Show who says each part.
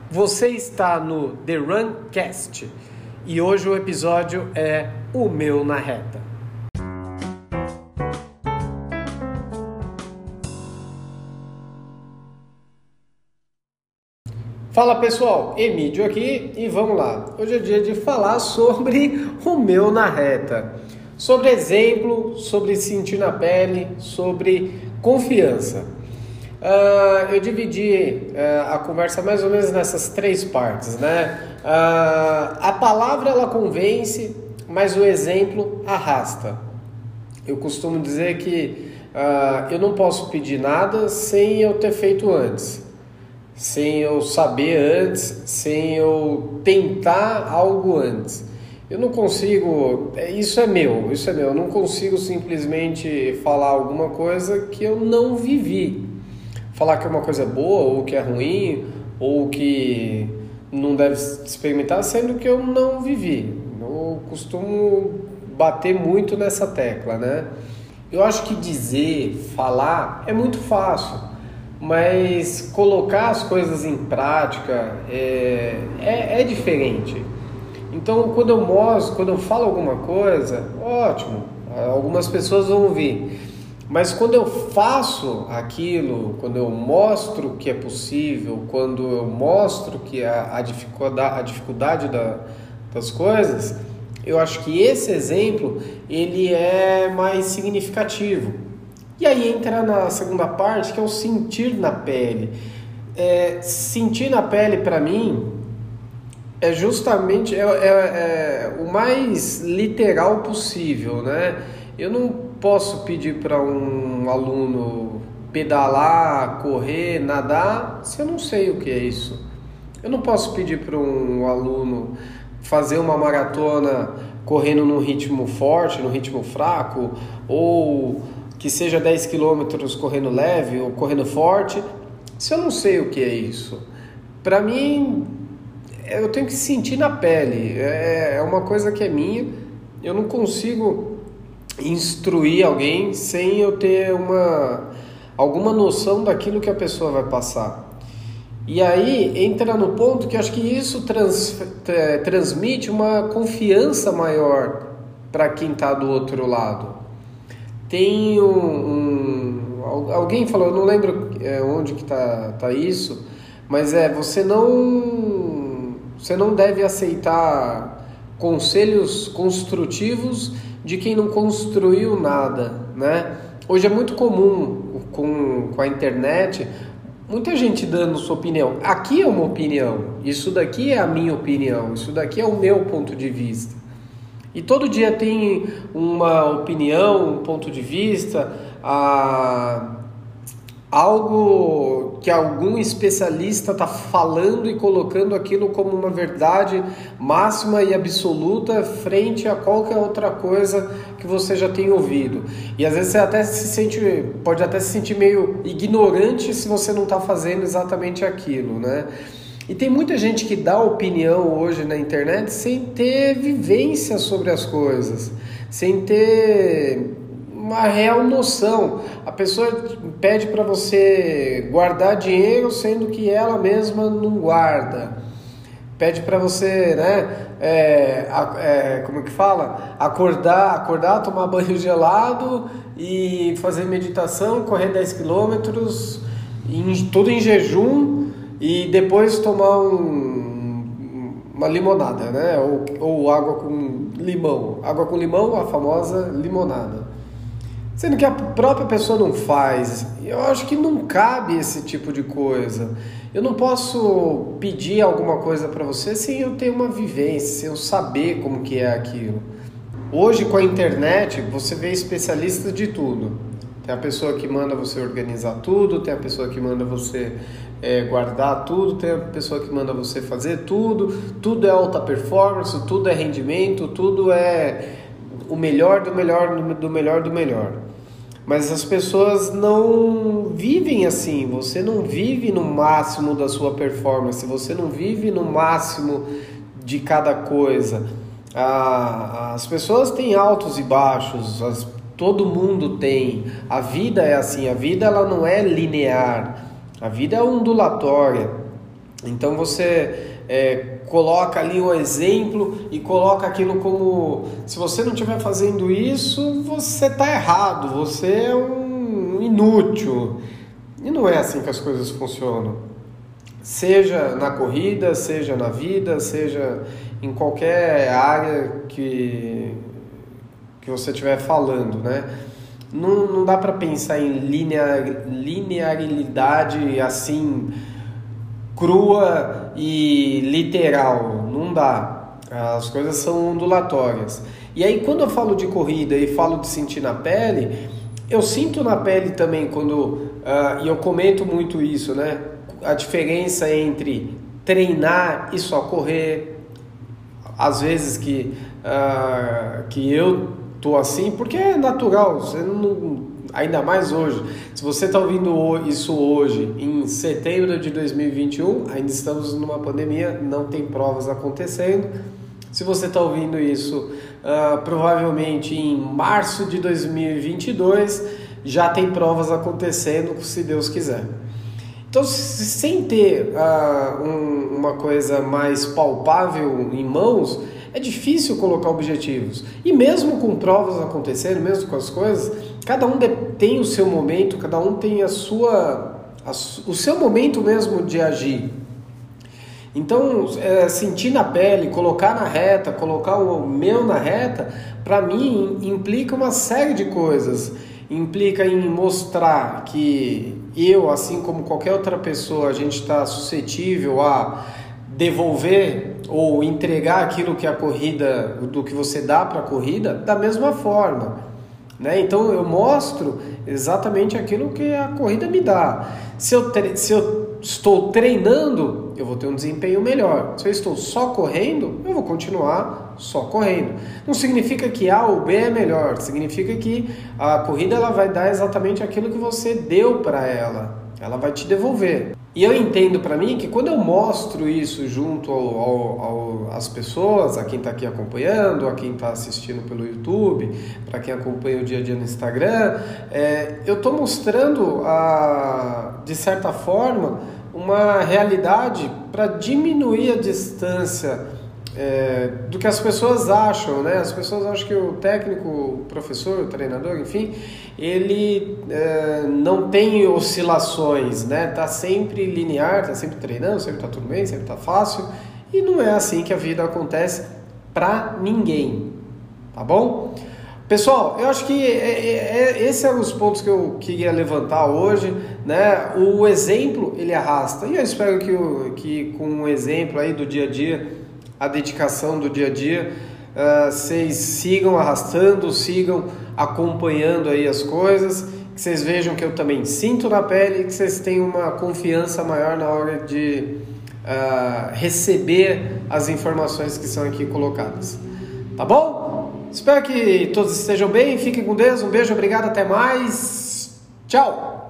Speaker 1: Você está no The Runcast e hoje o episódio é O Meu na Reta. Fala pessoal, Emílio aqui e vamos lá. Hoje é dia de falar sobre o meu na reta, sobre exemplo, sobre sentir na pele, sobre confiança. Eu dividi a conversa mais ou menos nessas três partes, né? A palavra ela convence, mas o exemplo arrasta. Eu costumo dizer que eu não posso pedir nada sem eu ter feito antes, sem eu saber antes, sem eu tentar algo antes. Eu não consigo, isso é meu, eu não consigo simplesmente falar alguma coisa que eu não vivi. Falar que é uma coisa boa, ou que é ruim, ou que não deve se experimentar, sendo que eu não vivi. Eu costumo bater muito nessa tecla, né? Eu acho que dizer, falar é muito fácil, mas colocar as coisas em prática é diferente. Então, quando eu falo alguma coisa, ótimo, algumas pessoas vão ouvir. Mas quando eu faço aquilo, quando eu mostro que é possível, quando eu mostro que a dificuldade das coisas, eu acho que esse exemplo ele é mais significativo. E aí entra na segunda parte, que é o sentir na pele. Sentir na pele, para mim, é justamente o mais literal possível, né? Eu não posso pedir para um aluno pedalar, correr, nadar, se eu não sei o que é isso. Eu não posso pedir para um aluno fazer uma maratona correndo num ritmo forte, num ritmo fraco, ou que seja 10 quilômetros correndo leve ou correndo forte, se eu não sei o que é isso. Para mim, eu tenho que sentir na pele, é uma coisa que é minha, eu não consigo instruir alguém sem eu ter alguma noção daquilo que a pessoa vai passar. E aí entra no ponto que eu acho que isso transmite uma confiança maior para quem está do outro lado. Tem alguém falou, eu não lembro onde que tá isso, mas você não deve aceitar conselhos construtivos de quem não construiu nada, né? Hoje é muito comum com a internet, muita gente dando sua opinião. Aqui é uma opinião, isso daqui é a minha opinião, isso daqui é o meu ponto de vista. E todo dia tem uma opinião, um ponto de vista, algo que algum especialista está falando e colocando aquilo como uma verdade máxima e absoluta frente a qualquer outra coisa que você já tem ouvido. E às vezes você pode até se sentir meio ignorante se você não está fazendo exatamente aquilo, né? E tem muita gente que dá opinião hoje na internet sem ter vivência sobre as coisas, sem ter uma real noção. A pessoa pede para você guardar dinheiro, sendo que ela mesma não guarda. Pede para você, como que fala? Acordar, tomar banho gelado e fazer meditação, correr 10 quilômetros, tudo em jejum, e depois tomar uma limonada, né? Ou água com limão. Água com limão, a famosa limonada. Sendo que a própria pessoa não faz. Eu acho que não cabe esse tipo de coisa. Eu não posso pedir alguma coisa para você sem eu ter uma vivência, sem eu saber como que é aquilo. Hoje, com a internet, você vê especialistas de tudo. Tem a pessoa que manda você organizar tudo, tem a pessoa que manda você guardar tudo, tem a pessoa que manda você fazer tudo. Tudo é alta performance, tudo é rendimento, tudo é o melhor do melhor do melhor do melhor. Mas as pessoas não vivem assim. Você não vive no máximo da sua performance, você não vive no máximo de cada coisa. As pessoas têm altos e baixos, todo mundo tem. A vida é assim, a vida ela não é linear, a vida é ondulatória. Então você coloca ali o exemplo e coloca aquilo como, se você não estiver fazendo isso, você está errado, você é um inútil. E não é assim que as coisas funcionam. Seja na corrida, seja na vida, seja em qualquer área que você estiver falando, né? Não dá para pensar em linearidade assim, crua e literal, não dá. As coisas são ondulatórias. E aí quando eu falo de corrida e falo de sentir na pele, eu sinto na pele também quando, e eu comento muito isso, né? A diferença entre treinar e só correr, às vezes que eu tô assim, porque é natural, você não, ainda mais hoje. Se você está ouvindo isso hoje, em setembro de 2021, ainda estamos numa pandemia, não tem provas acontecendo. Se você está ouvindo isso provavelmente em março de 2022, já tem provas acontecendo, se Deus quiser. Então, sem ter uma coisa mais palpável em mãos, é difícil colocar objetivos. E mesmo com provas acontecendo, mesmo com as coisas, cada um tem o seu momento, cada um tem o seu momento mesmo de agir. Então, sentir na pele, colocar na reta, colocar o meu na reta, para mim implica uma série de coisas. Implica em mostrar que eu, assim como qualquer outra pessoa, a gente está suscetível a devolver ou entregar aquilo que a corrida, do que você dá para a corrida, da mesma forma, né? Então eu mostro exatamente aquilo que a corrida me dá. Se eu estou treinando, eu vou ter um desempenho melhor. Se eu estou só correndo, eu vou continuar só correndo. Não significa que A ou B é melhor, significa que a corrida ela vai dar exatamente aquilo que você deu para ela vai te devolver. E eu entendo para mim que quando eu mostro isso junto às pessoas, a quem está aqui acompanhando, a quem está assistindo pelo YouTube, para quem acompanha o dia a dia no Instagram, eu estou mostrando, de certa forma, uma realidade para diminuir a distância do que as pessoas acham, né? As pessoas acham que o técnico, o professor, o treinador, enfim, ele não tem oscilações, né? Tá sempre linear, tá sempre treinando, sempre tá tudo bem, sempre tá fácil, e não é assim que a vida acontece para ninguém, tá bom? Pessoal, eu acho que esses eram os pontos que eu queria levantar hoje, né? O exemplo, ele arrasta, e eu espero que com o exemplo aí do dia a dia, a dedicação do dia a dia, vocês sigam arrastando, sigam acompanhando aí as coisas, que vocês vejam que eu também sinto na pele, que vocês tenham uma confiança maior na hora de receber as informações que são aqui colocadas. Tá bom? Espero que todos estejam bem, fiquem com Deus, um beijo, obrigado, até mais, tchau!